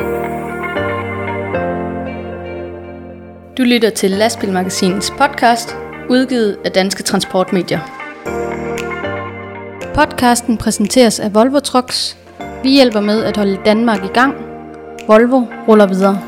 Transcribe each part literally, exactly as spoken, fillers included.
Du lytter til Lastbilmagasinets podcast, udgivet af Danske Transportmedier. Podcasten præsenteres af Volvo Trucks. Vi hjælper med at holde Danmark i gang. Volvo ruller videre.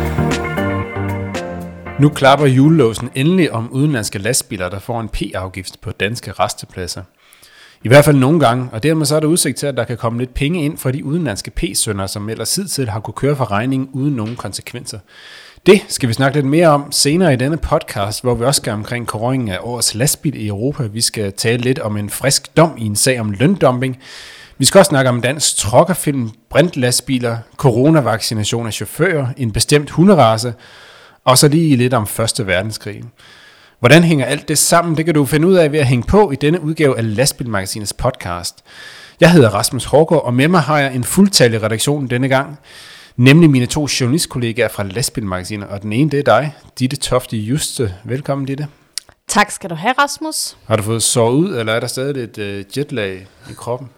Nu klapper julelåsen endelig om udenlandske lastbiler, der får en P-afgift på danske rastepladser. I hvert fald nogle gange, og dermed så er der udsigt til, at der kan komme lidt penge ind for de udenlandske P-sønder, som ellers hidtil har kunne køre for regningen uden nogen konsekvenser. Det skal vi snakke lidt mere om senere i denne podcast, hvor vi også skal omkring kåringen af årets lastbil i Europa. Vi skal tale lidt om en frisk dom i en sag om løndumping. Vi skal også snakke om dansk truckerfilm, brintlastbiler, coronavaccination af chauffører, en bestemt hunderace, og så lige lidt om første verdenskrig. Hvordan hænger alt det sammen? Det kan du finde ud af ved at hænge på i denne udgave af Lastbilmagasinets podcast. Jeg hedder Rasmus Hårgaard, og med mig har jeg en fuldtallig redaktion denne gang, nemlig mine to journalistkollegaer fra Lastbilmagasinet, og den ene det er dig, Ditte Tofte Juste. Velkommen, Ditte. Tak skal du have, Rasmus. Har du fået sovet ud, eller er der stadig lidt uh, jetlag i kroppen?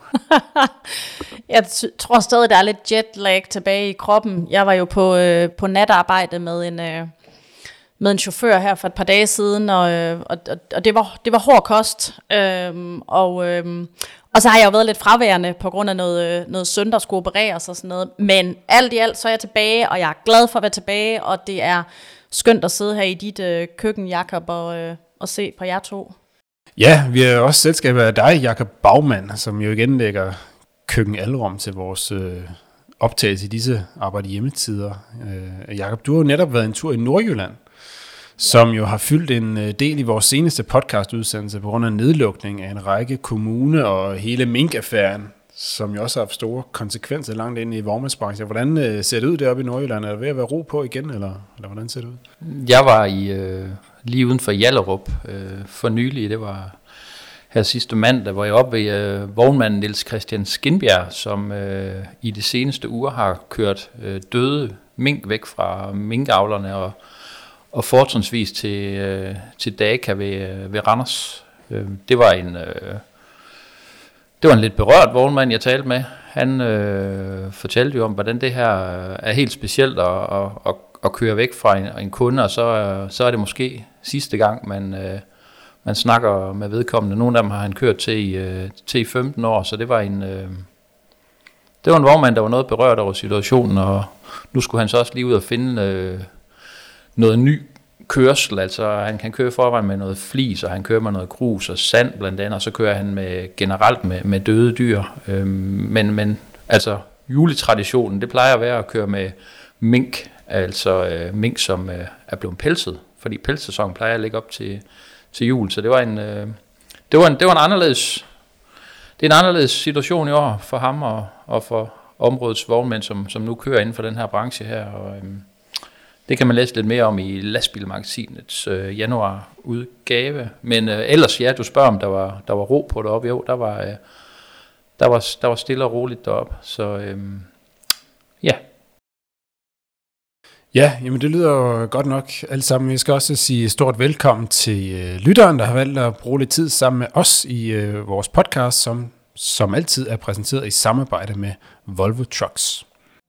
Jeg t- tror stadig, der er lidt jetlag tilbage i kroppen. Jeg var jo på, øh, på natarbejde med en, øh, med en chauffør her for et par dage siden, og, øh, og, og det, var, det var hård kost. Øhm, og, øh, og så har jeg jo været lidt fraværende på grund af noget, noget søn, der skulle opereres og sådan noget. Men alt i alt, så er jeg tilbage, og jeg er glad for at være tilbage, og det er skønt at sidde her i dit øh, køkken, Jakob, og, øh, og se på jer to. Ja, vi er også selskab af dig, Jakob Bagmann, som jo igen lægger køkken alrum til vores øh, optagelse i disse arbejde hjemmetider. Øh, Jakob, du har jo netop været en tur i Nordjylland, som jo har fyldt en del i vores seneste podcastudsendelse på grund af nedlukning af en række kommuner og hele minkaffæren, som jo også har haft store konsekvenser langt ind i vognmandsbranchen. Hvordan øh, ser det ud deroppe i Nordjylland? Er det ved at være ro på igen, eller, eller hvordan ser det ud? Jeg var i øh, lige uden for Hjallerup øh, for nylig. Det var her sidste mandag, hvor jeg var oppe ved øh, vognmanden Niels Christian Skinbjerg, som øh, i de seneste uger har kørt øh, døde mink væk fra minkavlerne og, og fortrinsvis til, øh, til Daka ved, øh, ved Randers. Øh, det var en... Øh, Det var en lidt berørt vognmand, jeg talte med. Han øh, fortalte jo om, hvordan det her er helt specielt at, at, at, at køre væk fra en, en kunde, og så, så er det måske sidste gang, man, øh, man snakker med vedkommende. Nogle af dem har han kørt til i, øh, til i femten år, så det var en øh, det var en vognmand, der var noget berørt over situationen, og nu skulle han så også lige ud og finde øh, noget ny kørsel, altså han kan køre forvejen med noget flis, og han kører med noget grus og sand blandt andet, og så kører han med generelt med, med døde dyr. Øhm, men, men altså juletraditionen, det plejer at være at køre med mink, altså øh, mink, som øh, er blevet pelset, fordi pelssæsonen plejer at ligge op til, til jul, så det var en, øh, det var en, det var en anderledes, det er en anderledes situation i år for ham og, og for områdets vognmænd, som, som nu kører inden for den her branche her, og øh, det kan man læse lidt mere om i Lastbilmagasinets øh, januar-udgave. Men øh, ellers, ja, du spørger, om der var, der var ro på deroppe. Jo, der var, øh, der var, der var stille og roligt deroppe. Så øh, ja. Ja, jamen det lyder jo godt nok alt sammen. Jeg skal også sige stort velkommen til øh, lytteren, der har valgt at bruge lidt tid sammen med os i øh, vores podcast, som som altid er præsenteret i samarbejde med Volvo Trucks.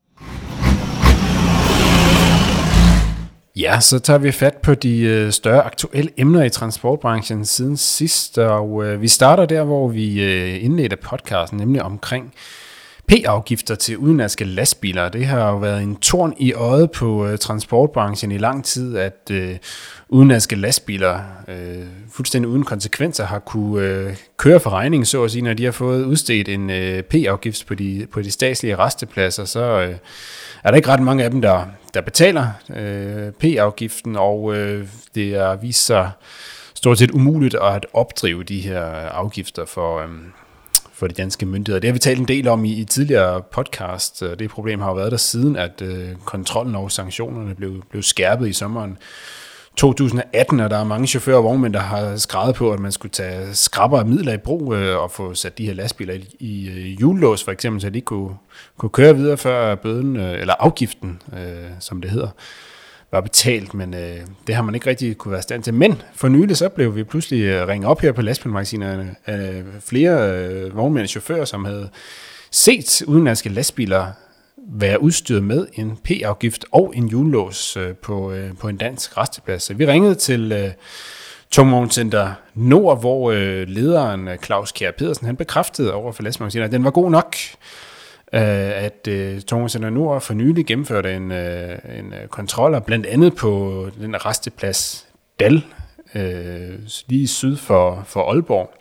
Ja, så tager vi fat på de øh, større aktuelle emner i transportbranchen siden sidst, og øh, vi starter der, hvor vi øh, indledte podcasten, nemlig omkring P-afgifter til udenlandske lastbiler. Det har jo været en torn i øjet på øh, transportbranchen i lang tid, at øh, udenlandske lastbiler øh, fuldstændig uden konsekvenser har kunne øh, køre for regningen, så at sige, når de har fået udstedt en øh, P-afgift på de, på de statslige rastepladser, så øh, er der ikke ret mange af dem, der, der betaler øh, P-afgiften, og øh, det er vist sig stort set umuligt at opdrive de her afgifter for, øh, for de danske myndigheder. Det har vi talt en del om i, i tidligere podcast. Det problem har jo været der siden, at øh, kontrollen og sanktionerne blev, blev skærpet i sommeren to tusind atten, og der er mange chauffører og vognmænd, der har skrevet på, at man skulle tage skrapper af midler i brug øh, og få sat de her lastbiler i, i øh, julelås, for eksempel, så de kunne, kunne køre videre før bøden, øh, eller afgiften, øh, som det hedder, var betalt, men øh, det har man ikke rigtig kunne være i stand til. Men for nylig så blev vi pludselig øh, ringet op her på Lastbilmagasinerne af flere øh, vognmænd og chauffører, som havde set udenlandske lastbiler være udstyret med en P-afgift og en hjullås øh, på, øh, på en dansk resteplads. Så vi ringede til øh, Tungvognscenter Nord, hvor øh, lederen Claus Kjær Pedersen, han bekræftede over for lastbilmagasinet, at den var god nok, øh, at øh, Tungvognscenter Nord for nylig gennemførte en, øh, en kontroller, blandt andet på den resteplads Dal, øh, lige syd for, for Aalborg,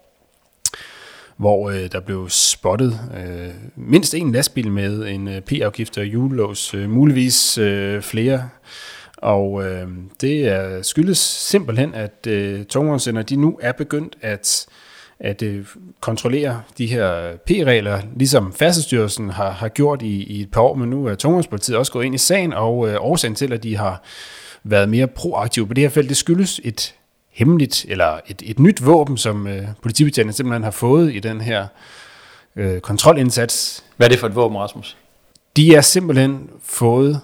hvor øh, der blev spottet øh, mindst en lastbil med en øh, P-afgift og hjullås, øh, muligvis øh, flere. Og øh, det er, skyldes simpelthen, at øh, Tungvognscenter, de nu er begyndt at, at øh, kontrollere de her P-regler, ligesom Færdselsstyrelsen har, har gjort i, i et par år, men nu er Tungvognspolitiet også gået ind i sagen, og øh, årsagen til, at de har været mere proaktive på det her felt, det skyldes et hemmeligt, eller et, et nyt våben, som øh, politibetjentene simpelthen har fået i den her øh, kontrolindsats. Hvad er det for et våben, Rasmus? De er simpelthen fået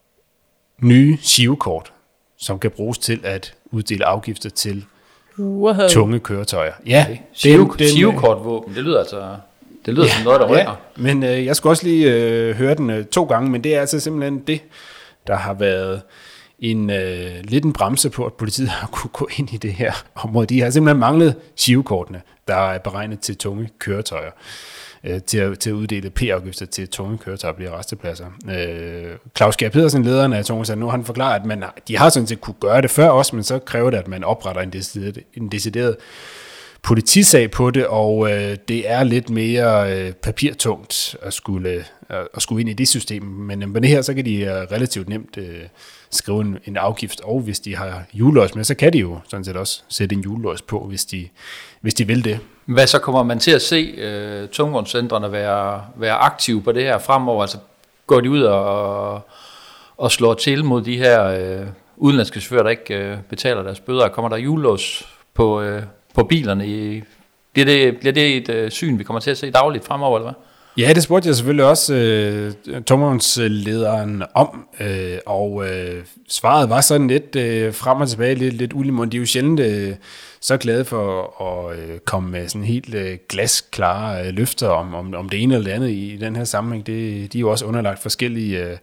nye shivekort, som kan bruges til at uddele afgifter til wow. tunge køretøjer. Ja, okay. Shivekortvåben, det lyder altså det lyder ja, som noget, der rykker. Ja, men øh, jeg skulle også lige øh, høre den øh, to gange, men det er altså simpelthen det, der har været en øh, lidt en bremse på, at politiet har kunne gå ind i det her område. De har simpelthen manglet shivekortene, der er beregnet til tunge køretøjer, øh, til, at, til at uddele P-afgifter til tunge køretøjer på de rastepladser. Øh, Claus Kjær Pedersen, lederen af Tungvognscenter, nu har han forklaret, at man, de har sådan set kunne gøre det før også, men så kræver det, at man opretter en decideret, en decideret politisag på det, og øh, det er lidt mere øh, papirtungt at skulle, øh, at skulle ind i det system. Men øh, med det her, så kan de øh, relativt nemt øh, skrive en, en afgift, og hvis de har hjullås med, så kan de jo sådan set også sætte en hjullås på, hvis de, hvis de vil det. Hvad så kommer man til at se øh, tungvognscentrene være, være aktive på det her fremover? Altså går de ud og, og slår til mod de her øh, udenlandske chauffører, der ikke øh, betaler deres bøder? Kommer der hjullås på, øh, på bilerne? I, bliver, det, bliver det et øh, syn, vi kommer til at se dagligt fremover, eller hvad? Ja, det spurgte jeg selvfølgelig også øh, tungvognslederen om, øh, og øh, svaret var sådan lidt øh, frem og tilbage, lidt, lidt ulimund. De er jo sjældent øh, så glade for at øh, komme med sådan helt øh, glasklare øh, løfter om, om, om det ene eller det andet i, i den her sammenhæng. Det, de er jo også underlagt forskellige øh,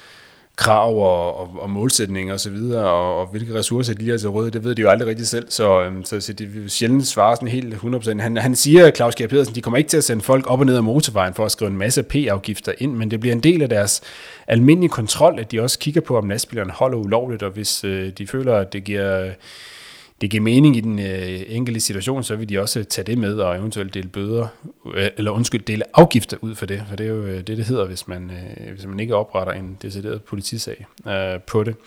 krav og, og, og målsætninger osv., og, og, og hvilke ressourcer de har til rådighed, det ved de jo aldrig rigtig selv, så, øhm, så, så det vil sjældent svare sådan helt hundrede procent. Han, han siger, Claus Kjær Pedersen, de kommer ikke til at sende folk op og ned ad motorvejen for at skrive en masse P-afgifter ind, men det bliver en del af deres almindelige kontrol, at de også kigger på, om lastbilerne holder ulovligt, og hvis øh, de føler, at det giver, det giver mening i den øh, enkelte situation, så vil de også tage det med og eventuelt dele bøder, øh, eller undskyld, dele afgifter ud for det, for det er jo det, det hedder, hvis man, øh, hvis man ikke opretter en decideret politisag øh, på det.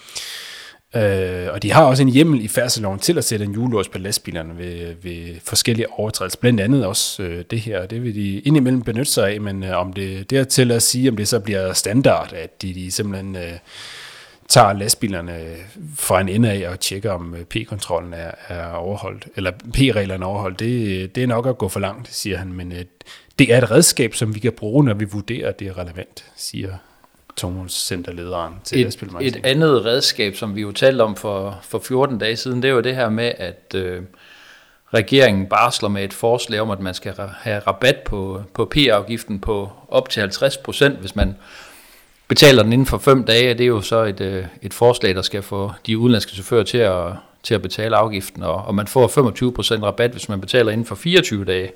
Øh, og de har også en hjemmel i færdselsloven til at sætte en hjullås på lastbilerne ved, ved forskellige overtrædelser, blandt andet også øh, det her, det vil de indimellem benytte sig af, men øh, om det det er til at sige, om det så bliver standard, at de, de simpelthen øh, tager lastbilerne fra en ende af og tjekker, om P-kontrollen er, er overholdt, eller P-reglerne er overholdt. Det, det er nok at gå for langt, siger han, men det er et redskab, som vi kan bruge, når vi vurderer, at det er relevant, siger Tungvognscenterlederen til lastbilmagasinet. Et andet redskab, som vi jo talte om for, for fjorten dage siden, det er jo det her med, at øh, regeringen barsler med et forslag om, at man skal have rabat på, på P-afgiften på op til halvtreds procent, hvis man betaler den inden for fem dage. Det er jo så et, et forslag, der skal få de udenlandske chauffører til at, til at betale afgiften, og, og man får femogtyve procent rabat, hvis man betaler inden for fireogtyve dage.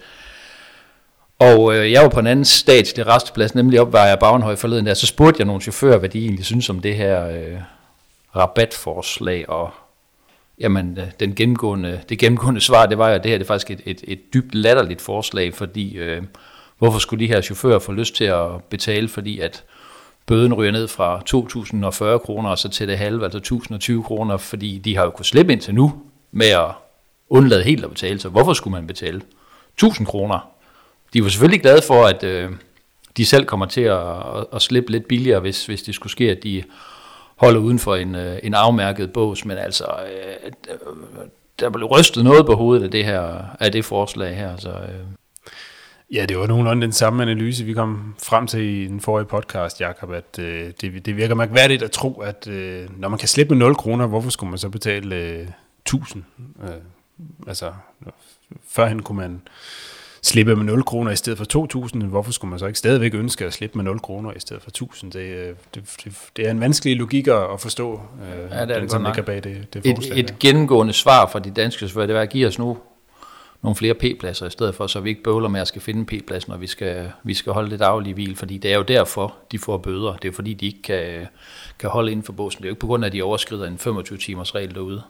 Og øh, jeg var på en anden statslig resteplads, nemlig op ved Bagenhøj forleden der, så spurgte jeg nogle chauffører, hvad de egentlig synes om det her øh, rabatforslag, og jamen, den gennemgående, det gennemgående svar, det var jo, at det her det er faktisk et, et, et dybt latterligt forslag, fordi øh, hvorfor skulle de her chauffører få lyst til at betale, fordi at bøden ryger ned fra to tusind og fyrre kroner og så til det halve, altså tusind og tyve kroner, fordi de har jo kunnet slippe indtil nu med at undlade helt at betale, så hvorfor skulle man betale tusind kroner? De var selvfølgelig glade for, at øh, de selv kommer til at, at, at slippe lidt billigere, hvis, hvis det skulle ske, at de holder uden for en, øh, en afmærket bås, men altså, øh, der blev rystet noget på hovedet af det her, af det forslag her, så... Øh. Ja, det var nogenlunde den samme analyse, vi kom frem til i den forrige podcast, Jakob, at øh, det, det virker mærkværdigt at tro, at øh, når man kan slippe med nul kroner, hvorfor skulle man så betale øh, tusind? Øh, altså, førhen kunne man slippe med nul kroner i stedet for to tusind, hvorfor skulle man så ikke stadigvæk ønske at slippe med nul kroner i stedet for tusind? Det, det, det, det er en vanskelig logik at forstå, øh, ja, det er den, som ligger bag det, det forslag. Et, et gennemgående svar fra de danske chauffører, det var at give os nu nogle flere P-pladser i stedet for, så vi ikke bøvler med at skal finde en P-plads, når vi skal, vi skal holde det daglige hvil, fordi det er jo derfor, de får bøder. Det er jo fordi, de ikke kan, kan holde inden for båsen. Det er jo ikke på grund af, at de overskrider en femogtyve timers regel derude.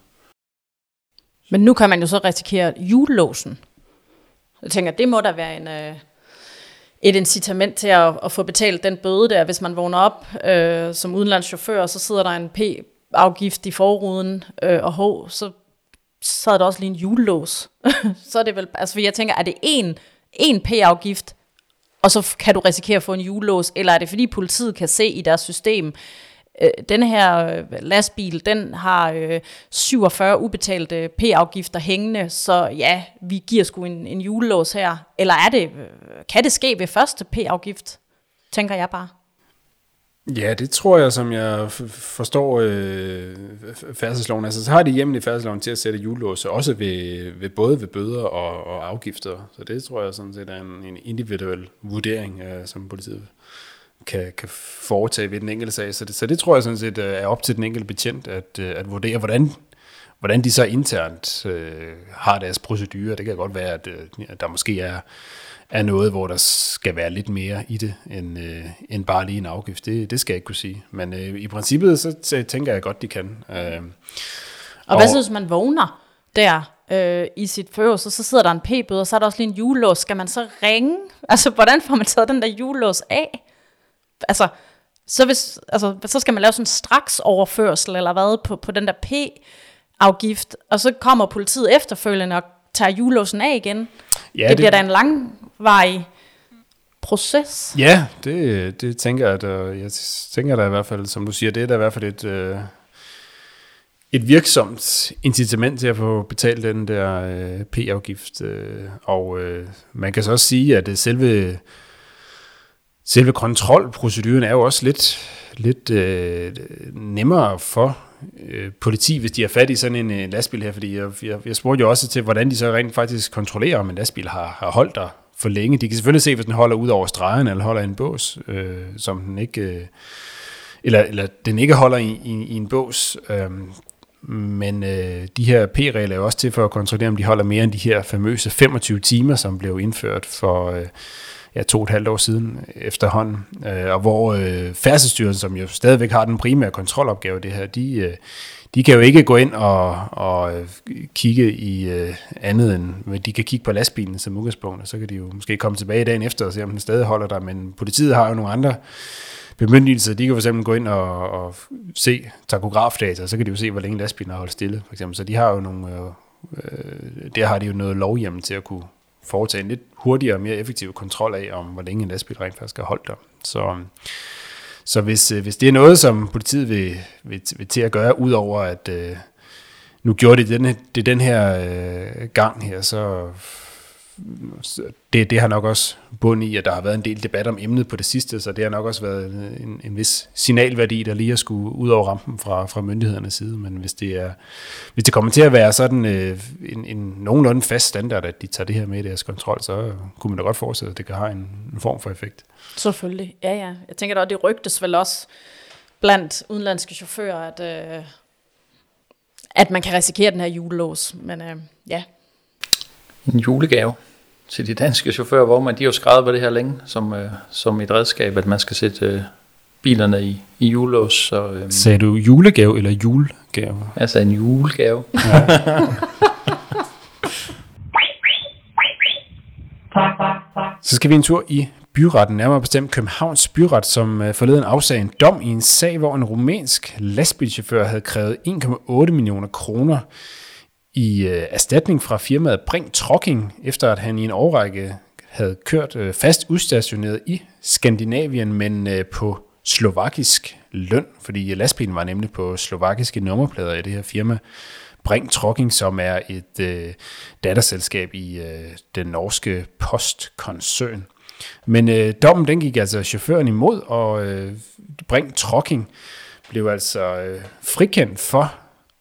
Men nu kan man jo så risikere julelåsen. Jeg tænker, det må da være en, øh, et incitament til at, at få betalt den bøde der, hvis man vågner op øh, som udenlandschauffør, og så sidder der en P-afgift i forruden, øh, og hov, så så er der også lige en julelås. Så er det vel, altså for jeg tænker, er det en, en P-afgift, og så kan du risikere at få en julelås, eller er det fordi politiet kan se i deres system, øh, den her øh, lastbil, den har øh, syvogfyrre ubetalte P-afgifter hængende, så ja, vi giver sgu en, en julelås her. Eller er det, øh, kan det ske ved første P-afgift, tænker jeg bare. Ja, det tror jeg, som jeg f- forstår øh, færdselsloven. Altså, så har de hjemmel i færdselsloven til at sætte julelåse, også ved, ved både ved bøder og, og afgifter. Så det tror jeg sådan set er en, en individuel vurdering, øh, som politiet kan, kan foretage ved den enkelte sag. Så det, så det tror jeg sådan set er op til den enkelte betjent at, at vurdere, hvordan, hvordan de så internt øh, har deres procedurer. Det kan godt være, at, at der måske er er noget, hvor der skal være lidt mere i det, end, øh, end bare lige en afgift. Det, det skal jeg ikke kunne sige. Men øh, i princippet, så tænker jeg godt, de kan. Øh, og, og hvad synes man vågner der øh, i sit fører, så, så sidder der en p-bøde, og så er der også lige en julelås. Skal man så ringe? Altså, hvordan får man taget den der julelås af? Altså, så, hvis, altså, så skal man lave sådan en straks overførsel, eller hvad, på, på den der p-afgift, og så kommer politiet efterfølgende og tager julelåsen af igen. Ja, det, det bliver da en langvarig proces. Ja, det, det tænker jeg, at jeg tænker da i hvert fald, som du siger, det er da i hvert fald et, øh, et virksomt incitament til at få betalt den der øh, p-afgift. Øh, og øh, man kan så også sige, at selve, selve kontrolproceduren er jo også lidt, lidt øh, nemmere for øh, politi, hvis de har fat i sådan en øh, lastbil her, fordi jeg, jeg, jeg spurgte jo også til, hvordan de så rent faktisk kontrollerer, om en lastbil har, har holdt der for længe. De kan selvfølgelig se, hvis den holder ud over stregen, eller holder i en bås, øh, som den ikke, øh, eller, eller den ikke holder i, i, i en bås. Øh, men øh, de her P-regler er jo også til for at kontrollere, om de holder mere end de her famøse femogtyve timer, som blev indført for øh, ja, to og et halvt år siden efterhånden, øh, og hvor øh, Færdselsstyrelsen, som jo stadigvæk har den primære kontrolopgave, det her, de, øh, de kan jo ikke gå ind og, og øh, kigge i øh, andet end, de kan kigge på lastbilen som udgangspunkt, og så kan de jo måske komme tilbage dagen efter og se, om den stadig holder der, men politiet har jo nogle andre bemyndigelser. De kan for eksempel gå ind og, og se takografdata, og så kan de jo se, hvor længe lastbilen har holdt stille, for eksempel. Så de har jo nogle, øh, der har de jo noget lovhjemmel til at kunne foretage en lidt hurtigere og mere effektiv kontrol af, om hvor længe en lastbil rent faktisk har holdt der. Så, så hvis, hvis det er noget, som politiet vil, vil, vil til at gøre, udover at øh, nu gjorde det den, det den her øh, gang her, så det, det har nok også bund i, at der har været en del debat om emnet på det sidste, så det har nok også været en, en vis signalværdi, der lige har skulle ud over rampen fra, fra myndighedernes side. Men hvis det, er, hvis det kommer til at være sådan øh, en, en nogenlunde fast standard, at de tager det her med i deres kontrol, så kunne man da godt forestille, at det kan have en, en form for effekt. Selvfølgelig, ja ja. Jeg tænker da, det rygtes vel også blandt udenlandske chauffører, at, øh, at man kan risikere den her julelås. Men øh, ja. En julegave til de danske chauffører, hvor man de har jo skrevet på det her længe, som, øh, som et redskab, at man skal sætte øh, bilerne i, i julelås. Så, øh, Sagde du julegave eller julegave? Altså en julegave. Ja. Så skal vi en tur i byretten, nærmere bestemt Københavns Byret, som øh, forleden afsagde en dom i en sag, hvor en rumænsk lastbilchauffør havde krævet en komma otte millioner kroner i øh, erstatning fra firmaet Brink Trucking, efter at han i en årrække havde kørt øh, fast udstationeret i Skandinavien, men øh, på slovakisk løn, fordi lastbilen var nemlig på slovakiske nummerplader i det her firma Brink Trucking, som er et øh, datterselskab i øh, den norske postkoncern. Men øh, dommen den gik altså chaufføren imod, og øh, Brink Trucking blev altså øh, frikendt for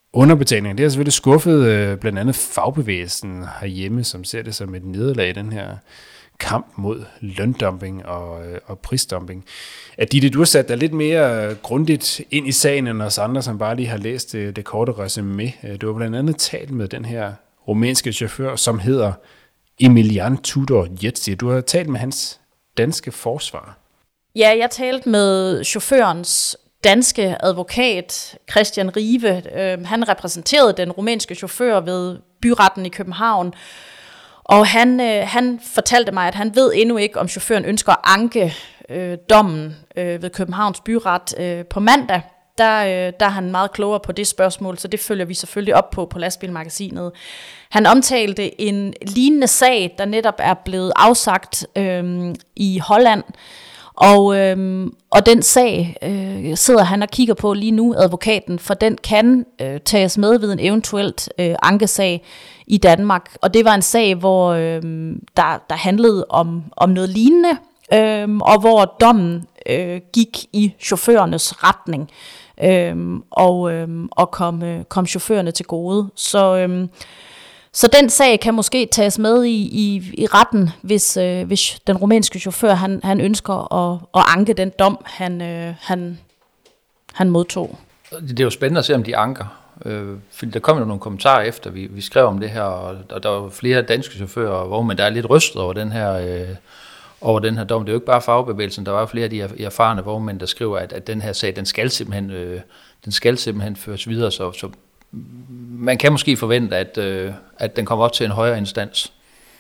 underbetaling. Det har selvfølgelig skuffet øh, blandt andet fagbevægelsen herhjemme, som ser det som et nederlag i den her kamp mod løndumping og, øh, og prisdumping. At Ditte, du har sat dig lidt mere grundigt ind i sagen end os andre, som bare lige har læst det, det korte resume. Du har blandt andet talt med den her rumænske chauffør, som hedder Emilian Tudor Jetsi. Du har talt med hans danske forsvar. Ja, jeg talte med chaufførens danske advokat, Christian Rive. Øh, han repræsenterede den rumænske chauffør ved byretten i København. Og han, øh, han fortalte mig, at han ved endnu ikke, om chaufføren ønsker at anke øh, dommen øh, ved Københavns byret øh, på mandag. Der, øh, der er han meget klogere på det spørgsmål, så det følger vi selvfølgelig op på på Lastbilmagasinet. Han omtalte en lignende sag, der netop er blevet afsagt øh, i Holland. Og, øhm, og den sag øh, sidder han og kigger på lige nu, advokaten, for den kan øh, tages med ved en eventuelt øh, ankesag i Danmark. Og det var en sag, hvor øh, der, der handlede om, om noget lignende, øh, og hvor dommen øh, gik i chaufførernes retning øh, og, øh, og kom, øh, kom chaufførerne til gode. Så... Øh, Så den sag kan måske tages med i, i, i retten, hvis, øh, hvis den rumænske chauffør han, han ønsker at, at anke den dom, han, øh, han, han modtog. Det er jo spændende at se, om de anker. Øh, fordi der kom jo nogle kommentarer efter, vi, vi skrev om det her, og, og der var flere danske chauffører, hvor man der er lidt rystet over den her, øh, over den her dom. Det er jo ikke bare fagbevægelsen, der var flere af de erfarne vognmænd, der skriver, at, at den her sag, den skal simpelthen, øh, den skal simpelthen føres videre, så, så man kan måske forvente, at, øh, at den kommer op til en højere instans.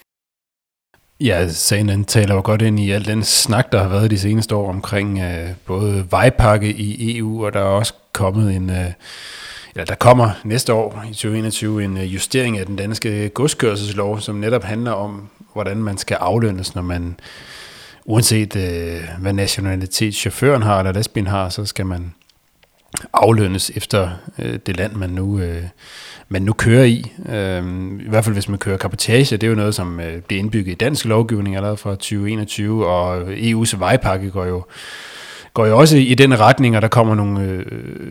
Ja, sagen den taler jo godt ind i al den snak, der har været de seneste år omkring øh, både vejpakke i E U, og der er også kommet en, øh, eller der kommer næste år i tyve enogtyve en justering af den danske godskørselslov, som netop handler om, hvordan man skal aflønnes, når man, uanset øh, hvad nationalitet chaufføren har eller lastbilen har, så skal man aflønnes efter øh, det land, man nu, øh, man nu kører i. Øh, I hvert fald hvis man kører cabotage, det er jo noget, som øh, bliver indbygget i dansk lovgivning allerede fra tyve enogtyve, og E U's vejpakke går jo, går jo også i den retning, og der kommer nogle øh,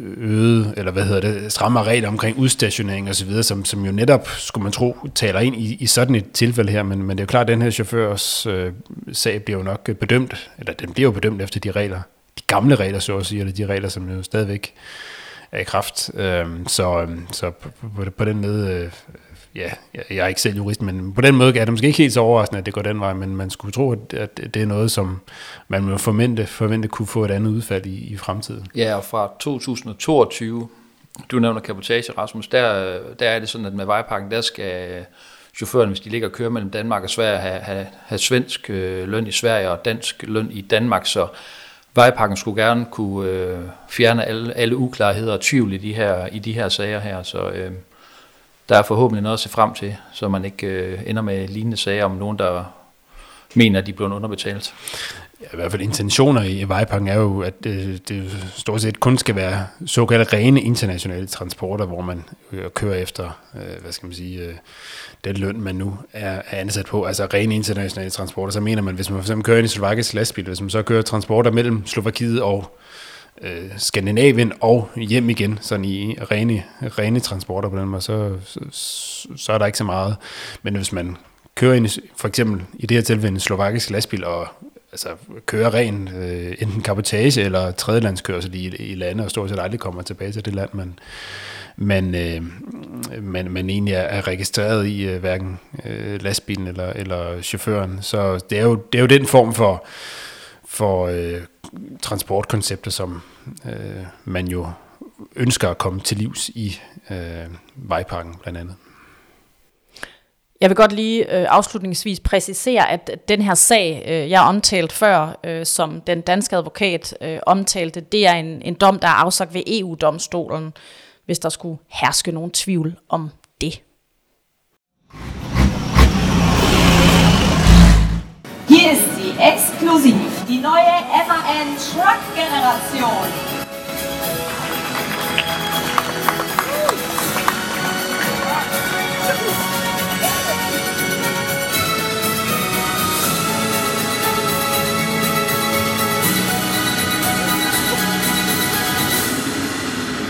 øde, eller hvad hedder det, stramme regler omkring udstationering og så videre, som, som jo netop, skulle man tro, taler ind i, i sådan et tilfælde her, men, men det er jo klart, at den her chaufførs øh, sag bliver jo nok bedømt, eller den bliver jo bedømt efter de regler, de gamle regler, så at sige, eller de regler, som jo stadigvæk er i kraft. Øhm, så så på, på, på den måde, øh, ja, jeg er ikke selv jurist, men på den måde er det måske ikke helt så overraskende, at det går den vej, men man skulle tro, at det er noget, som man må forvente, forvente kunne få et andet udfald i, i fremtiden. Ja, og fra to tusind og toogtyve, du nævner cabotage, Rasmus, der, der er det sådan, at med vejpakken, der skal chaufføren, hvis de ligger og kører mellem Danmark og Sverige, have, have, have svensk øh, løn i Sverige og dansk løn i Danmark, så vejpakken skulle gerne kunne øh, fjerne alle, alle uklarheder og tvivl i de her, i de her sager her, så øh, der er forhåbentlig noget at se frem til, så man ikke øh, ender med lignende sager om nogen, der mener, at de er blevet underbetalt. Ja, i hvert fald intentioner i vejpakken er jo, at det, det stort set kun skal være såkaldte rene internationale transporter, hvor man øh, kører efter, øh, hvad skal man sige, øh, den løn, man nu er, er ansat på, altså rene internationale transporter. Så mener man, hvis man for eksempel kører ind i slovakisk lastbil, hvis man så kører transporter mellem Slovakiet og øh, Skandinavien og hjem igen, sådan i rene, rene transporter på den måde, så, så, så er der ikke så meget. Men hvis man kører ind i, for eksempel i det her tilfælde, en slovakisk lastbil og altså kører ren øh, enten cabotage eller tredjelandskørsel i, i lande, og stort set aldrig kommer tilbage til det land, man, man, øh, man, man egentlig er, er registreret i, øh, hverken øh, lastbilen eller, eller chaufføren. Så det er jo, det er jo den form for, for øh, transportkoncepter, som øh, man jo ønsker at komme til livs i øh, vejpakken blandt andet. Jeg vil godt lige øh, afslutningsvis præcisere, at den her sag, øh, jeg omtalte før, øh, som den danske advokat øh, omtalte, det er en, en dom, der er afsagt ved E U-domstolen, hvis der skulle herske nogen tvivl om det. Hier ist sie, exklusiv, die neue M A N Truck-Generation.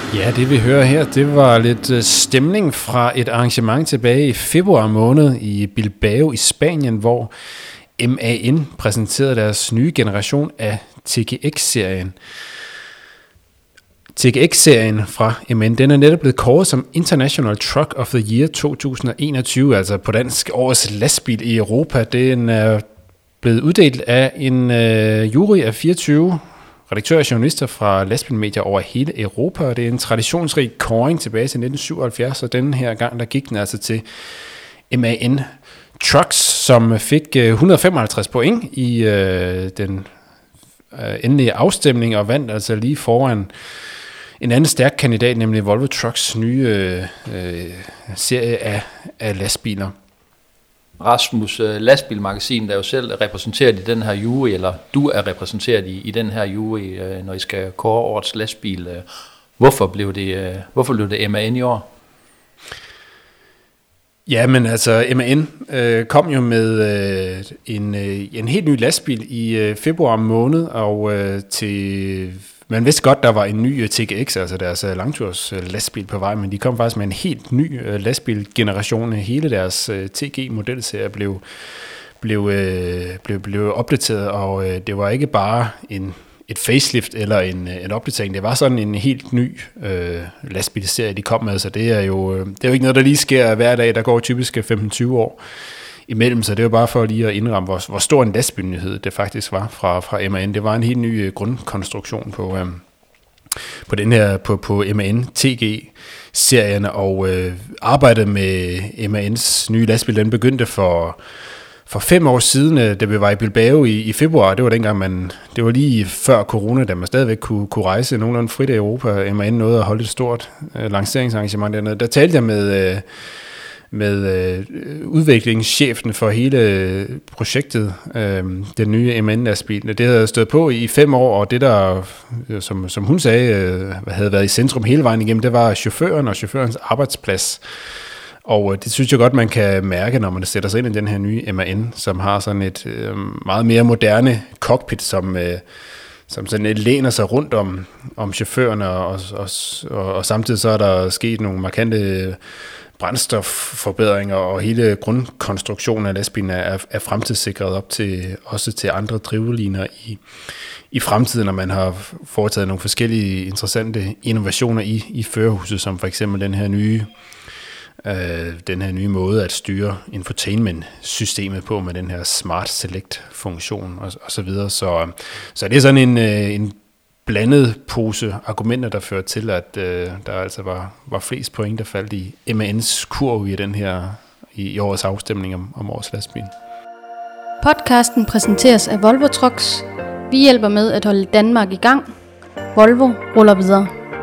Ja, det vi hører her, det var lidt stemning fra et arrangement tilbage i februar måned i Bilbao i Spanien, hvor M A N præsenterede deres nye generation af T G X-serien. T G X-serien fra M A N, den er netop blevet kåret som International Truck of the Year to tusind og enogtyve, altså på dansk årets lastbil i Europa. Den er blevet uddelt af en øh, jury af fireogtyve redaktører og journalister fra lastbilmedier over hele Europa, og det er en traditionsrig kåring tilbage til nitten syvoghalvfjerds, og denne her gang, der gik den altså til M A N Trucks, som fik et hundrede og femoghalvtreds point i øh, den øh, endelige afstemning, og vandt altså lige foran en anden stærk kandidat, nemlig Volvo Trucks nye øh, øh, serie af, af lastbiler. Rasmus, lastbilmagasin, der er jo selv repræsenteret i den her jury, eller du er repræsenteret i, i den her jury, når I skal kåre årets lastbil. Hvorfor blev det, hvorfor blev det M A N i år? Ja, men altså M A N øh, kom jo med øh, en, øh, en helt ny lastbil i øh, februar måned, og øh, til... Man vidste godt, der var en ny T G X, altså deres langturs lastbil på vej, men de kom faktisk med en helt ny lastbilgeneration. Hele deres T G-modelserie blev, blev, blev, blev opdateret, og det var ikke bare en, et facelift eller en, en opdatering. Det var sådan en helt ny øh, lastbilserie, de kom med, så det er, jo, det er jo ikke noget, der lige sker hver dag. Der går typisk femten til tyve år imellem, så det var bare for lige at indramme, hvor, hvor stor en lastbilnyhed det faktisk var fra, fra M A N. Det var en helt ny grundkonstruktion på, øhm, på den her, på, på M A N T G-serien, og øh, arbejdet med M A N's nye lastbil, den begyndte for, for fem år siden, da vi var i Bilbao i, i februar. Det var dengang, man, det var lige før corona, da man stadigvæk kunne, kunne rejse nogenlunde frit i Europa. M A N nåede at holde et stort øh, lanceringsarrangement dernede. Der talte jeg med... Øh, med øh, udviklingschefen for hele projektet, øh, den nye M A N-lastbil. Det havde stået på i fem år, og det der, som, som hun sagde, øh, havde været i centrum hele vejen igennem, det var chaufføren og chaufførens arbejdsplads. Og øh, det synes jeg godt, man kan mærke, når man sætter sig ind i den her nye M A N, som har sådan et øh, meget mere moderne cockpit, som... Øh, som sådan lidt læner sig rundt om, om chaufførerne, og, og, og, og samtidig så er der sket nogle markante brændstofforbedringer, og hele grundkonstruktionen af lastbilen er, er fremtidssikret op til, også til andre drivliner i, i fremtiden, når man har foretaget nogle forskellige interessante innovationer i, i førerhuset, som for eksempel den her nye Øh, den her nye måde at styre infotainment-systemet på med den her Smart Select-funktion og, og så videre. Så, så det er sådan en, øh, en blandet pose argumenter, der fører til, at øh, der altså var, var flest point, der faldt i M A N's kurve i den her i, i årets afstemning om, om årets lastbil. Podcasten præsenteres af Volvo Trucks. Vi hjælper med at holde Danmark i gang. Volvo ruller videre.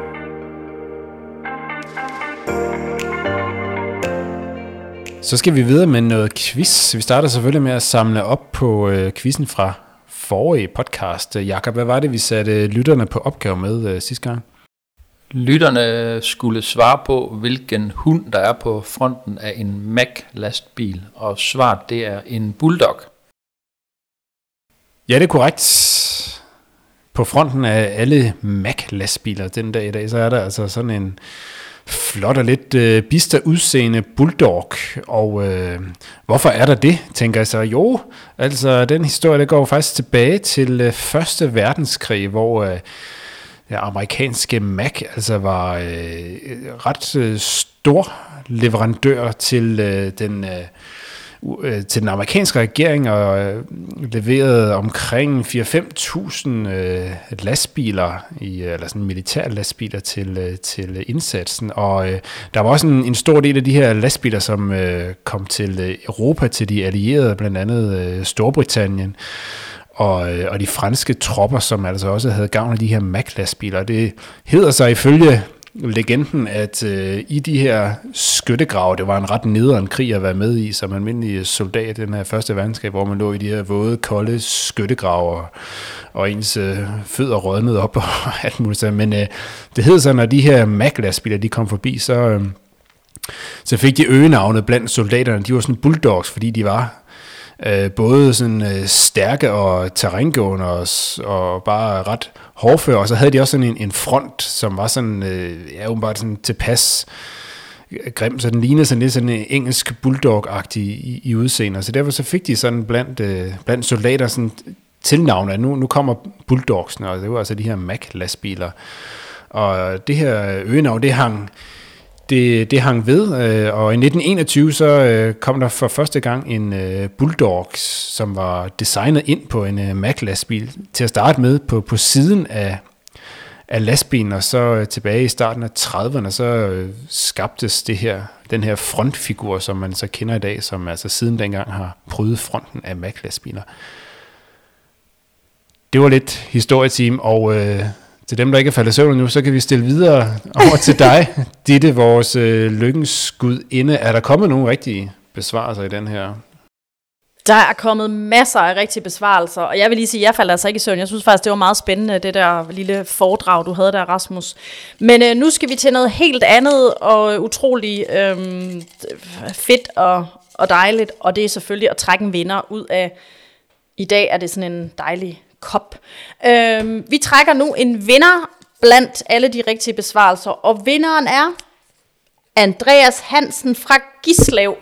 Så skal vi videre med noget quiz. Vi starter selvfølgelig med at samle op på øh, quizzen fra forrige podcast. Jakob, hvad var det, vi satte lytterne på opgave med øh, sidste gang? Lytterne skulle svare på, hvilken hund der er på fronten af en Mack-lastbil, og svaret det er en bulldog. Ja, det er korrekt. På fronten af alle Mack-lastbiler den dag i dag, så er der altså sådan en flot og lidt øh, bister udseende bulldog, og øh, hvorfor er der det, tænker jeg så? Jo, altså den historie, der går faktisk tilbage til øh, første verdenskrig, hvor øh, den amerikanske Mack altså var øh, ret øh, stor leverandør til øh, den øh, til den amerikanske regering, og øh, leverede omkring fire til fem tusind øh, lastbiler, i, eller sådan militære lastbiler til, øh, til indsatsen. Og øh, der var også en, en stor del af de her lastbiler, som øh, kom til øh, Europa, til de allierede, blandt andet øh, Storbritannien, og, øh, og de franske tropper, som altså også havde gavn af de her Mack-lastbiler. Det hedder sig ifølge legenden, at øh, i de her skyttegrave, det var en ret nederen krig at være med i, som almindelig soldat i den her første verdenskrig, hvor man lå i de her våde, kolde skyttegrave, og, og ens øh, fødder rådnede op og alt muligt. Men øh, det hed så, når de her Mack-lastbiler, de kom forbi, så, øh, så fik de øgenavnet blandt soldaterne. De var sådan bulldogs, fordi de var Øh, både sådan øh, stærke og terrængående og, og bare ret hårdføre, og så havde de også sådan en, en front, som var sådan, øh, ja, åbenbart sådan tilpas grim, så den lignede sådan lidt sådan en engelsk bulldog-agtig i, i udseende, så derfor så fik de sådan blandt, øh, blandt soldater sådan tilnavn, at nu, nu kommer bulldogsene, og det var altså de her Mack-lastbiler, og det her øgenavn, det hang Det, det hang ved, øh, og i nitten enogtyve så øh, kom der for første gang en øh, Bulldog, som var designet ind på en øh, Mack-lastbil til at starte med på, på siden af, af lastbilen, og så øh, tilbage i starten af trediverne, så øh, skabtes det her, den her frontfigur, som man så kender i dag, som altså siden dengang har prydet fronten af Mack-lastbiler. Det var lidt historieteam, og øh, til dem, der ikke er faldet i søvn nu, så kan vi stille videre over til dig, Ditte, vores øh, lykkens skudinde. Er der kommet nogle rigtige besvarelser i den her? Der er kommet masser af rigtige besvarelser, og jeg vil lige sige, at jeg faldt altså ikke i søvn. Jeg synes faktisk, det var meget spændende, det der lille foredrag, du havde der, Rasmus. Men øh, nu skal vi til noget helt andet og utrolig øh, fedt og, og dejligt, og det er selvfølgelig at trække en vinder ud af, i dag er det sådan en dejlig kop. Øh, vi trækker nu en vinder blandt alle de rigtige besvarelser, og vinderen er Andreas Hansen fra Gislev.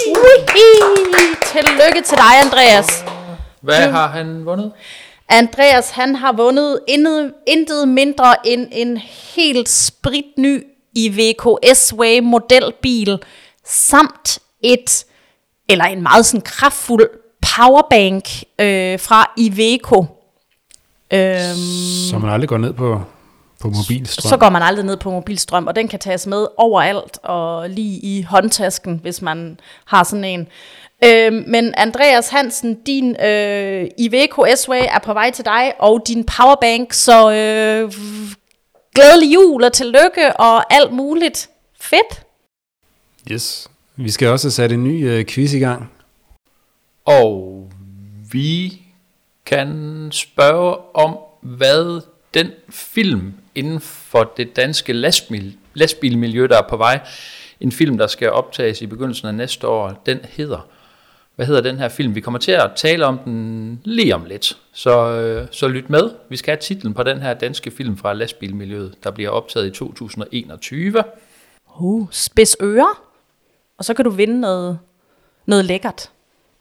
Tillykke til dig, Andreas. Hvad du, har han vundet? Andreas, han har vundet intet, intet mindre end en helt spritny I V K S-Way modelbil, samt et, eller en meget sådan kraftfuld powerbank øh, fra Iveco. Øhm, Så man aldrig går ned på, på mobilstrøm. Så går man aldrig ned på mobilstrøm, og den kan tages med overalt og lige i håndtasken, hvis man har sådan en. Øhm, men Andreas Hansen, din øh, Iveco S-Way er på vej til dig, og din powerbank, så øh, glædelig jul og tillykke og alt muligt. Fedt. Yes. Vi skal også sætte en ny øh, quiz i gang. Og vi kan spørge om, hvad den film inden for det danske lastbil, lastbilmiljø, der er på vej, en film, der skal optages i begyndelsen af næste år, den hedder. Hvad hedder den her film? Vi kommer til at tale om den lige om lidt, så, øh, så lyt med. Vi skal have titlen på den her danske film fra lastbilmiljøet, der bliver optaget i to tusind og enogtyve. Uh, spids ører, og så kan du vinde noget, noget lækkert.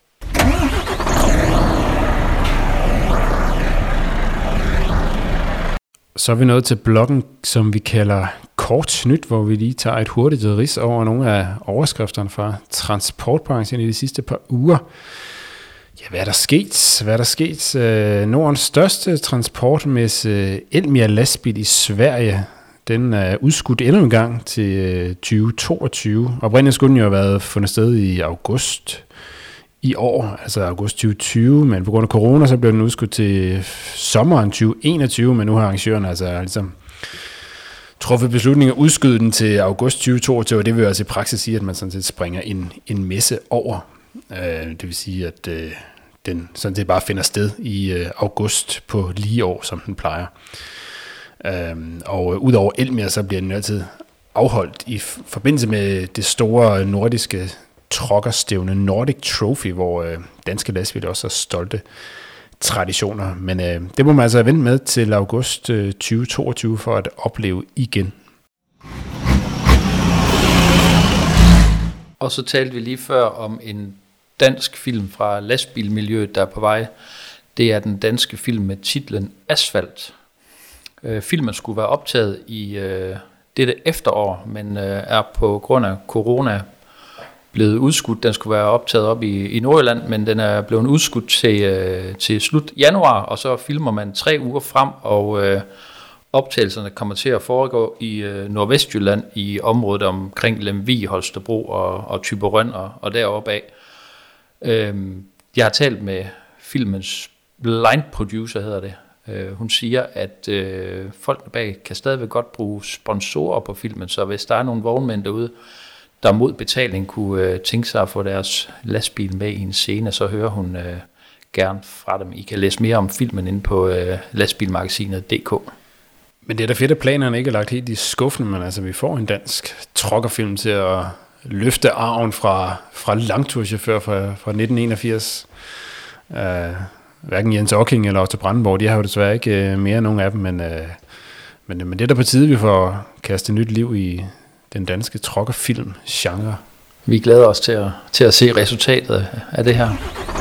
Så er vi nået til bloggen, som vi kalder Kort Nyt, hvor vi lige tager et hurtigt rids over nogle af overskrifterne fra transportbranchen i de sidste par uger. Ja, hvad er der sket? Hvad er der sket? Nordens største transportmesse, Elmia Lastbil i Sverige, den er udskudt endnu en gang til tyve toogtyve. Oprindeligt skulle den jo have været fundet sted i august i år, altså august tyve tyve, men på grund af corona, så blev den udskudt til sommeren tyve enogtyve, men nu har arrangørerne altså ligesom truffet beslutning at udskyde den til august tyve toogtyve, og det vil altså i praksis sige, at man sådan set springer en, en messe over. Øh, det vil sige, at øh, den sådan set bare finder sted i øh, august på lige år, som den plejer. Øh, og øh, udover Elmia, så bliver den altid afholdt i f- forbindelse med det store nordiske trokkerstævne Nordic Trophy, hvor øh, danske lastbiler også har stolte traditioner. Men øh, det må man altså vente med til august øh, tyve toogtyve for at opleve igen. Og så talte vi lige før om en dansk film fra lastbilmiljøet, der er på vej. Det er den danske film med titlen Asfalt. Øh, filmen skulle være optaget i øh, dette efterår, men øh, er på grund af corona blevet udskudt. Den skulle være optaget op i, i Nordjylland, men den er blevet udskudt til, øh, til slut januar, og så filmer man tre uger frem, og øh, optagelserne kommer til at foregå i øh, Nordvestjylland, i området omkring Lemvig, Holstebro og, og Thyborøn og, og deroppe af. Øh, jeg har talt med filmens line producer, hedder det. Øh, hun siger, at øh, folk bag kan stadigvæk godt bruge sponsorer på filmen, så hvis der er nogle vognmænd derude, der mod betaling kunne øh, tænke sig at få deres lastbil med i en scene, så hører hun øh, gerne fra dem. I kan læse mere om filmen inde på øh, lastbilmagasinet punktum d k. Men det er da fedt, at planerne ikke er lagt helt i skuffen, men altså vi får en dansk trokkerfilm til at løfte arven fra, fra langturschauffør fra, fra nitten enogfirs. Uh, hverken Jens Ocking eller Otto Brandenborg, de har jo desværre ikke uh, mere nogen af dem, men, uh, men, men det er da på tide, vi får kastet nyt liv i den danske truckerfilm-genre. Vi glæder os til at, til at se resultatet af det her.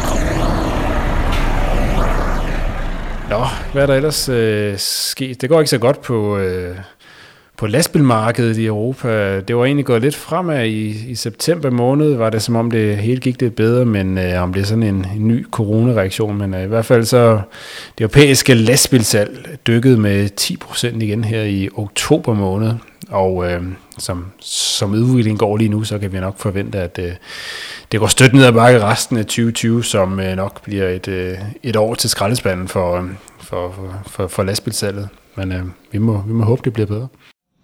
Nå, hvad er der ellers øh, sket? Det går ikke så godt på, øh, på lastbilmarkedet i Europa. Det var egentlig gået lidt fremad i, i september måned, var det som om det hele gik lidt bedre, men øh, om det er sådan en, en ny coronareaktion. Men øh, i hvert fald så det europæiske lastbilsalg dykkede med ti procent igen her i oktober måned. Og øh, som, som udviklingen går lige nu, så kan vi nok forvente, at øh, det går stødt ned ad bakke resten af tyve tyve, som øh, nok bliver et, øh, et år til skraldespanden for, øh, for, for, for, for lastbilsalget. Men øh, vi, må, vi må håbe, det bliver bedre.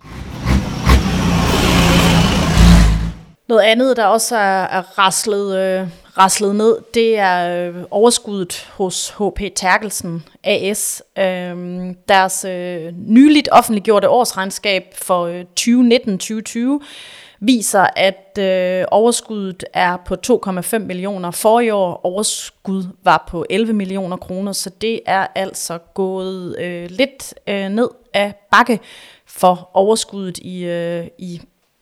Noget andet, der også er, er raslet, øh, raslet ned, det er øh, overskuddet hos H P Terkelsen A S. Øh, deres øh, nyligt offentliggjorte årsregnskab for øh, tyve nitten til tyve tyve viser, at øh, overskuddet er på to komma fem millioner. Forrige år overskud var på elleve millioner kroner, så det er altså gået øh, lidt øh, ned af bakke for overskuddet i, øh, i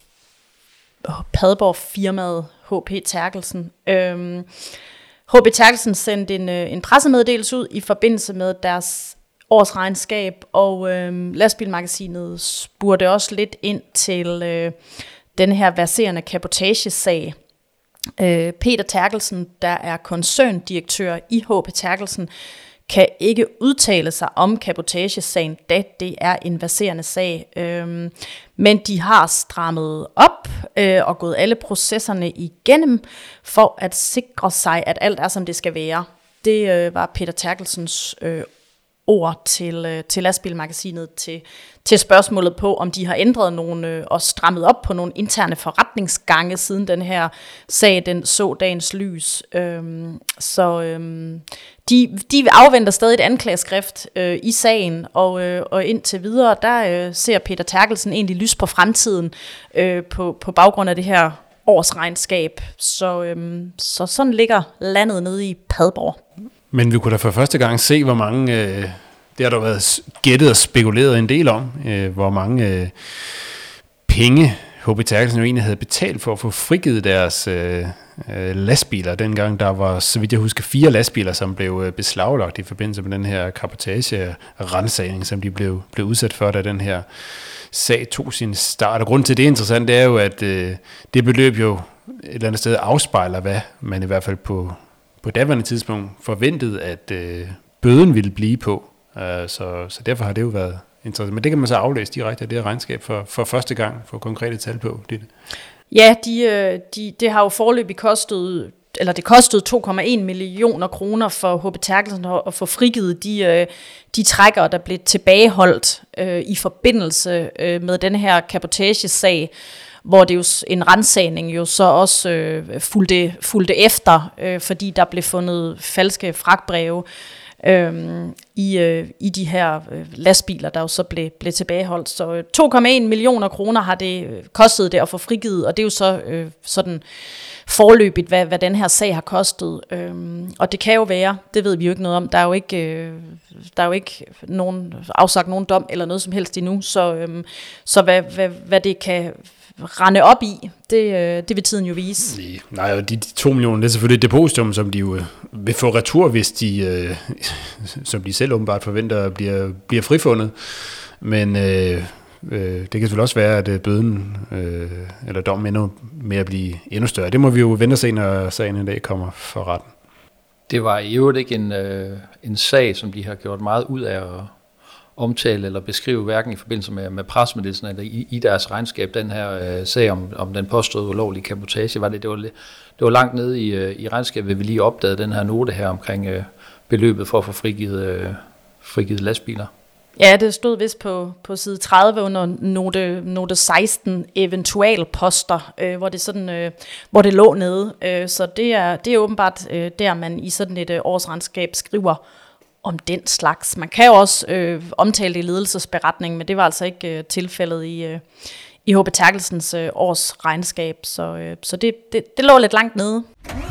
Padborg-firmaet H P Terkelsen. Øhm, H P Terkelsen sendte en, en pressemeddelelse ud i forbindelse med deres årsregnskab, og øhm, Lastbilmagasinet spurgte også lidt ind til øh, den her verserende cabotagesag. Øh, Peter Terkelsen, der er koncerndirektør i H P Terkelsen, kan ikke udtale sig om cabotagesagen, da det er en verserende sag. Øhm, men de har strammet op øh, og gået alle processerne igennem for at sikre sig, at alt er, som det skal være. Det øh, var Peter Terkelsens øh, ord til, øh, til Lastbilmagasinet til, til spørgsmålet på, om de har ændret nogle øh, og strammet op på nogle interne forretningsgange, siden den her sag, den så dagens lys. Øhm, så øhm, de, de afventer stadig et anklageskrift øh, i sagen, og, øh, og indtil videre, der øh, ser Peter Terkelsen egentlig lys på fremtiden øh, på, på baggrund af det her årsregnskab. Så, øhm, så sådan ligger landet nede i Padborg. Men vi kunne da for første gang se, hvor mange, øh, det har der været gættet og spekuleret en del om, øh, hvor mange øh, penge H P Terkelsen jo egentlig havde betalt for at få frigivet deres øh, øh, lastbiler. Dengang der var, så vidt jeg husker, fire lastbiler, som blev øh, beslaglagt i forbindelse med den her cabotage-ransagning, som de blev, blev udsat for, da den her sag tog sin start. Og grunden til det er interessant, det er jo, at øh, det beløb jo et eller andet sted afspejler, hvad man i hvert fald på på daværende tidspunkt forventede, at øh, bøden ville blive på. Uh, så, så derfor har det jo været interessant. Men det kan man så aflæse direkte af det her regnskab for, for første gang, for konkrete tal på. Det. Ja, de, de, det har jo foreløbig kostet, eller det kostede to komma en millioner kroner for H P Terkelsen at få frigivet de, de trækkere, der blev tilbageholdt øh, i forbindelse øh, med den her cabotagesag, hvor det jo en ransagning jo så også øh, fulgte, fulgte efter, øh, fordi der blev fundet falske fragtbreve øh, i, øh, i de her øh, lastbiler, der jo så blev, blev tilbageholdt. Så øh, to komma en millioner kroner har det øh, kostet det at få frigivet, og det er jo så øh, sådan forløbigt, hvad, hvad den her sag har kostet. Øh, og det kan jo være, det ved vi jo ikke noget om, der er jo ikke, øh, der er jo ikke nogen, afsagt nogen dom eller noget som helst endnu, så, øh, så hvad, hvad, hvad det kan rende op i, det, det vil tiden jo vise. Nej, og de, de to millioner, det er selvfølgelig et depositum, som de jo vil få retur, hvis de, øh, som de selv åbenbart forventer, bliver, bliver frifundet. Men øh, øh, det kan selvfølgelig også være, at bøden øh, eller dommen ender med at blive endnu større. Det må vi jo vente og se, når sagen en dag kommer for retten. Det var i øvrigt ikke en, øh, en sag, som de har gjort meget ud af at omtale eller beskrive, hverken i forbindelse med, med pressemeddelelsen eller i, i deres regnskab. Den her øh, sag om, om den påståede ulovlige cabotage, var det, det, var, det var langt nede i, øh, i regnskabet, vi lige opdagede den her note her omkring øh, beløbet for at få frigivet, øh, frigivet lastbiler. Ja, det stod vist på, på side tredive under note, note seksten eventualposter, øh, hvor det sådan, øh, hvor det lå nede. Øh, så det er, det er åbenbart øh, der, man i sådan et øh, årsregnskab skriver om den slags. Man kan jo også øh, omtale det i ledelsesberetningen, men det var altså ikke øh, tilfældet i, øh, i H B Terkelsens øh, års regnskab. Så, øh, så det, det, det lå lidt langt nede.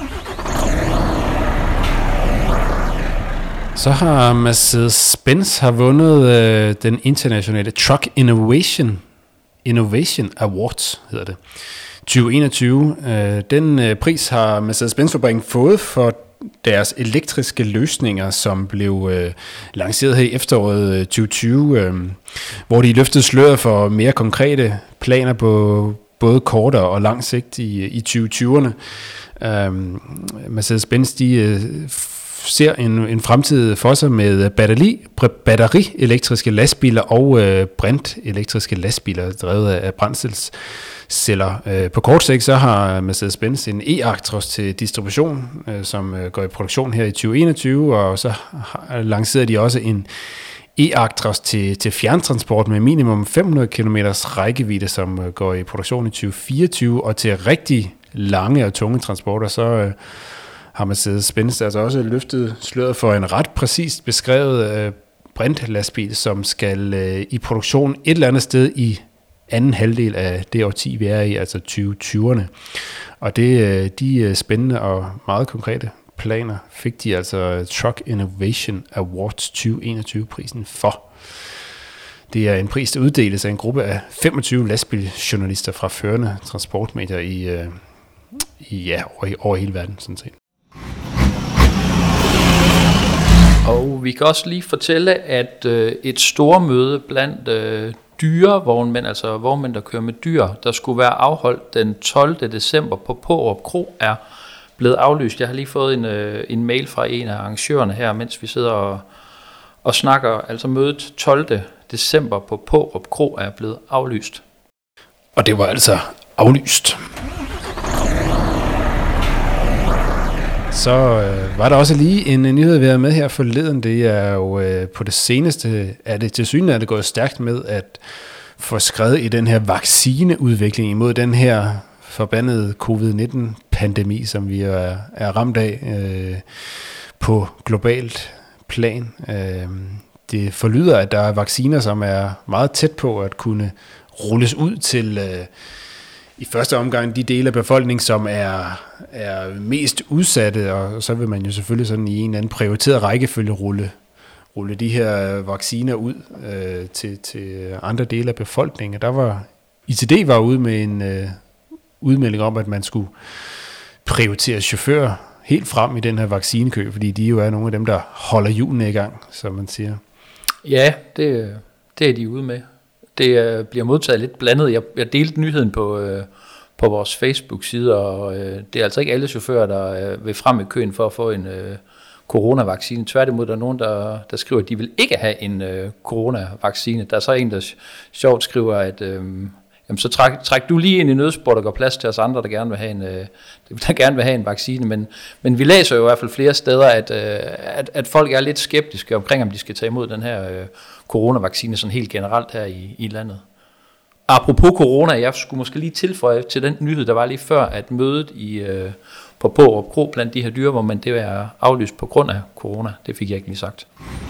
Så har Mercedes-Benz har vundet øh, den internationale Truck Innovation Innovation Awards, hedder det, tyve enogtyve. Øh, den øh, pris har Mercedes-Benz-fabrikken fået for deres elektriske løsninger, som blev øh, lanceret her i efteråret tyve tyve, øh, hvor de løftede sløret for mere konkrete planer på både kort og lang sigt i, i tyve tyverne. Øh, Mercedes-Benz, de øh, ser en, en fremtid for sig med batteri, batterielektriske lastbiler og øh, brintelektriske lastbiler drevet af brændselsceller. Øh, på kort sigt så har Mercedes-Benz en e-Actros til distribution, øh, som øh, går i produktion her i tyve enogtyve, og så har, lancerede de også en e-Actros til, til fjerntransport med minimum fem hundrede kilometers rækkevidde, som øh, går i produktion i tyve fireogtyve, og til rigtig lange og tunge transporter, så øh, har Mercedes-Benz altså også løftet sløret for en ret præcist beskrevet øh, brintlastbil, som skal øh, i produktion et eller andet sted i anden halvdel af det årti, vi er i, altså tyve tyverne. Og det, øh, de øh, spændende og meget konkrete planer fik de altså Truck Innovation Awards tyve enogtyve-prisen for. Det er en pris, der uddeles af en gruppe af femogtyve lastbiljournalister fra førende transportmedier i, øh, i ja, over, over hele verden, sådan set. Og vi kan også lige fortælle, at øh, et stormøde blandt øh, dyrevognmænd, altså vognmænd, der kører med dyr, der skulle være afholdt den tolvte december på Paarup Kro, er blevet aflyst. Jeg har lige fået en, øh, en mail fra en af arrangørerne her, mens vi sidder og, og snakker. Altså mødet tolvte december på Paarup Kro er blevet aflyst. Og det var altså aflyst. Så øh, var der også lige en, en nyhed, vi havde med her forleden. Det er jo øh, på det seneste, er det til syne, er det gået stærkt med at få skrevet i den her vaccineudvikling imod den her forbandede covid nitten pandemi, som vi er, er ramt af øh, på globalt plan. Øh, det forlyder, at der er vacciner, som er meget tæt på at kunne rulles ud til øh, i første omgang de dele af befolkningen, som er, er mest udsatte, og så vil man jo selvfølgelig sådan i en eller anden prioriteret rækkefølge rulle, rulle de her vacciner ud øh, til, til andre dele af befolkningen. Der var I T D var ude med en øh, udmelding om, at man skulle prioritere chauffører helt frem i den her vaccinekø, fordi de jo er nogle af dem, der holder hjulene i gang, som man siger. Ja, det, det er de ude med. Det bliver modtaget lidt blandet. Jeg, jeg delte nyheden på, øh, på vores Facebook-side, og øh, det er altså ikke alle chauffører, der øh, vil frem i køen for at få en øh, coronavaccine. Tværtimod der er nogen, der, der skriver, at de vil ikke have en øh, coronavaccine. Der er så en, der sjovt skriver, at øh, jamen, så træk, træk du lige ind i nødsport og går plads til os andre, der gerne vil have en, øh, der gerne vil have en vaccine. Men, men vi læser jo i hvert fald flere steder, at, øh, at, at folk er lidt skeptiske omkring, om de skal tage imod den her øh, coronavaccine sådan helt generelt her i, i landet. Apropos corona, jeg skulle måske lige tilføje til den nyhed, der var lige før, at mødet i, øh, på Paarup Kro blandt de her dyr, hvor man det er aflyst på grund af corona. Det fik jeg ikke lige sagt.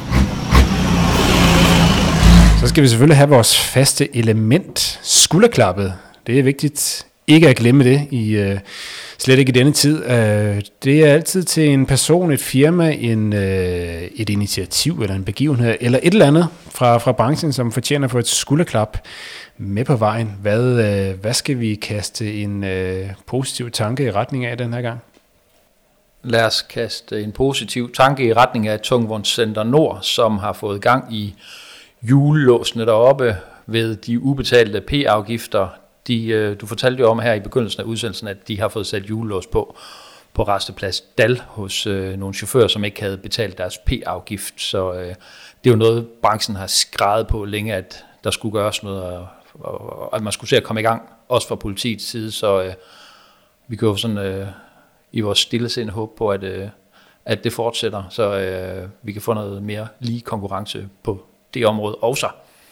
Så skal vi selvfølgelig have vores faste element, skulderklappet. Det er vigtigt ikke at glemme det, i øh, slet ikke i denne tid. Øh, det er altid til en person, et firma, en, øh, et initiativ eller en begivenhed, eller et eller andet fra, fra branchen, som fortjener at få et skulderklap med på vejen. Hvad, øh, hvad skal vi kaste en øh, positiv tanke i retning af den her gang? Lad os kaste en positiv tanke i retning af Tungvognscenter Nord, som har fået gang i julelåsene deroppe ved de ubetalte P-afgifter. De, du fortalte jo om her i begyndelsen af udsendelsen, at de har fået sat julelås på på Rasteplads Dal hos øh, nogle chauffører, som ikke havde betalt deres P-afgift. Så øh, det er jo noget, branchen har skreget på længe, at der skulle gøres noget, og, og at man skulle se at komme i gang, også fra politiets side. Så øh, vi kan jo sådan øh, i vores stille sind håbe på, at, øh, at det fortsætter, så øh, vi kan få noget mere lige konkurrence på det område også.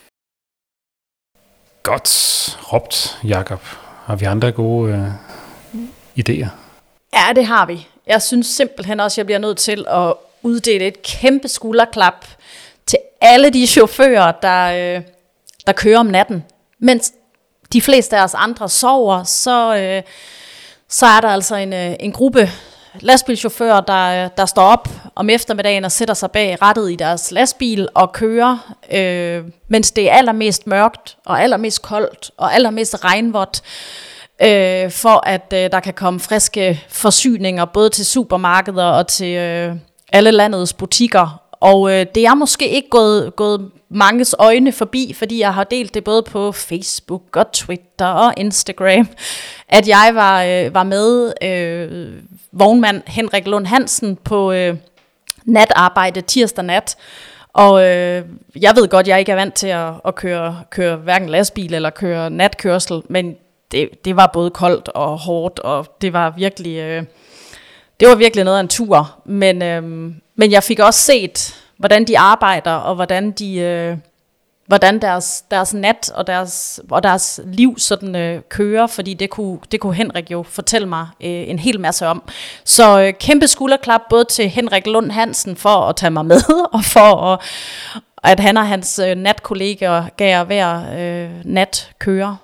Godt råbt, Jakob. Har vi andre gode øh, idéer? Ja, det har vi. Jeg synes simpelthen også, at jeg bliver nødt til at uddele et kæmpe skulderklap til alle de chauffører, der, øh, der kører om natten, mens de fleste af os andre sover, så, øh, så er der altså en, øh, en gruppe lastbilchauffører, der, der står op om eftermiddagen og sætter sig bag rattet i deres lastbil og kører, øh, mens det er allermest mørkt og allermest koldt og allermest regnvådt, øh, for at øh, der kan komme friske forsyninger både til supermarkeder og til øh, alle landets butikker. Og øh, det er måske ikke gået, gået manges øjne forbi, fordi jeg har delt det både på Facebook og Twitter og Instagram, at jeg var, øh, var med øh, vognmand Henrik Lund Hansen på øh, natarbejde tirsdag nat. Og øh, jeg ved godt, jeg ikke er vant til at, at køre, køre hverken lastbil eller køre natkørsel, men det, det var både koldt og hårdt, og det var virkelig, øh, det var virkelig noget af en tur. Men, øh, men jeg fik også set, hvordan de arbejder, og hvordan de, øh, hvordan deres, deres nat og deres, og deres liv sådan øh, kører, fordi det kunne, det kunne Henrik jo fortælle mig øh, en hel masse om. Så øh, kæmpe skulderklap både til Henrik Lund Hansen for at tage mig med, og for at, at han og hans øh, natkollegaer gav hver øh, nat køre.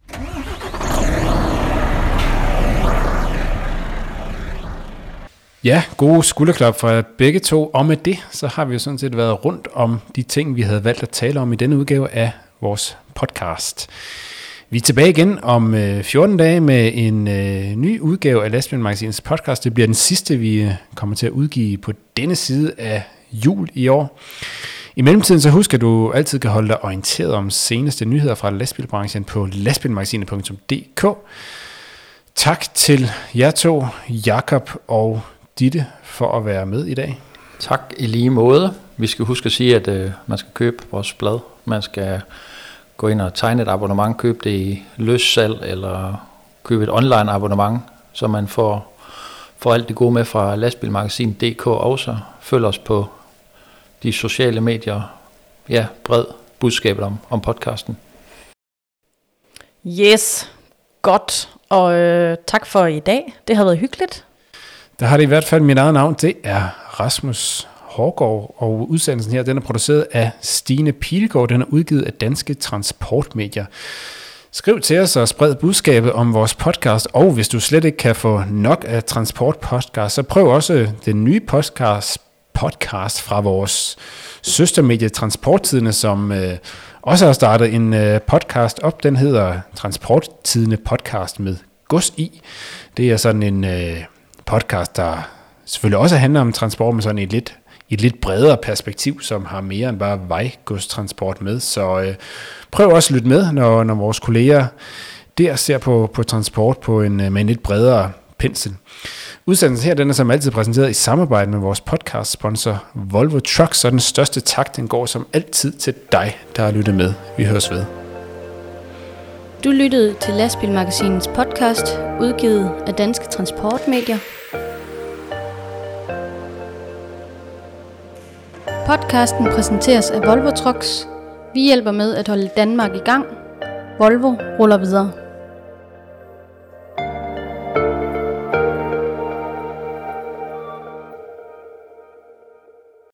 Ja, gode skulderklap fra begge to. Og med det, så har vi jo sådan set været rundt om de ting, vi havde valgt at tale om i denne udgave af vores podcast. Vi er tilbage igen om øh, fjorten dage med en øh, ny udgave af Lastbilmagasinets podcast. Det bliver den sidste, vi kommer til at udgive på denne side af jul i år. I mellemtiden så husk, at du altid kan holde dig orienteret om seneste nyheder fra lastbilbranchen på lastbilmagasinet punktum d k. Tak til jer to, Jakob og Ditte, for at være med i dag. Tak i lige måde. Vi skal huske at sige, at øh, man skal købe vores blad. Man skal gå ind og tegne et abonnement, købe det i løssalg, eller købe et online abonnement, så man får, får alt det gode med fra lastbilmagasin punktum d k også. Følg os på de sociale medier. Ja, bred budskabet om, om podcasten. Yes, godt. Og øh, tak for i dag. Det har været hyggeligt. Der har det i hvert fald mit eget navn. Det er Rasmus Hårgaard, og udsendelsen her, den er produceret af Stine Pilgaard. Den er udgivet af Danske Transportmedier. Skriv til os og spred budskabet om vores podcast, og hvis du slet ikke kan få nok af transportpodcast, så prøv også den nye podcast, podcast fra vores søstermedie Transporttidene, som øh, også har startet en øh, podcast op. Den hedder Transporttidene Podcast med gods i. Det er sådan en øh, podcast, der selvfølgelig også handler om transport, men sådan et lidt, et lidt bredere perspektiv, som har mere end bare vejgodstransport med. Så øh, prøv også at lytte med, når, når vores kolleger der ser på, på transport på en, med en lidt bredere pensel. Udsendelsen her, den er som altid præsenteret i samarbejde med vores podcast-sponsor Volvo Trucks, og den største tak, den går som altid til dig, der har lyttet med. Vi høres ved. Du lyttede til Lastbilmagasinets podcast, udgivet af Danske Transportmedier. Podcasten præsenteres af Volvo Trucks. Vi hjælper med at holde Danmark i gang. Volvo ruller videre.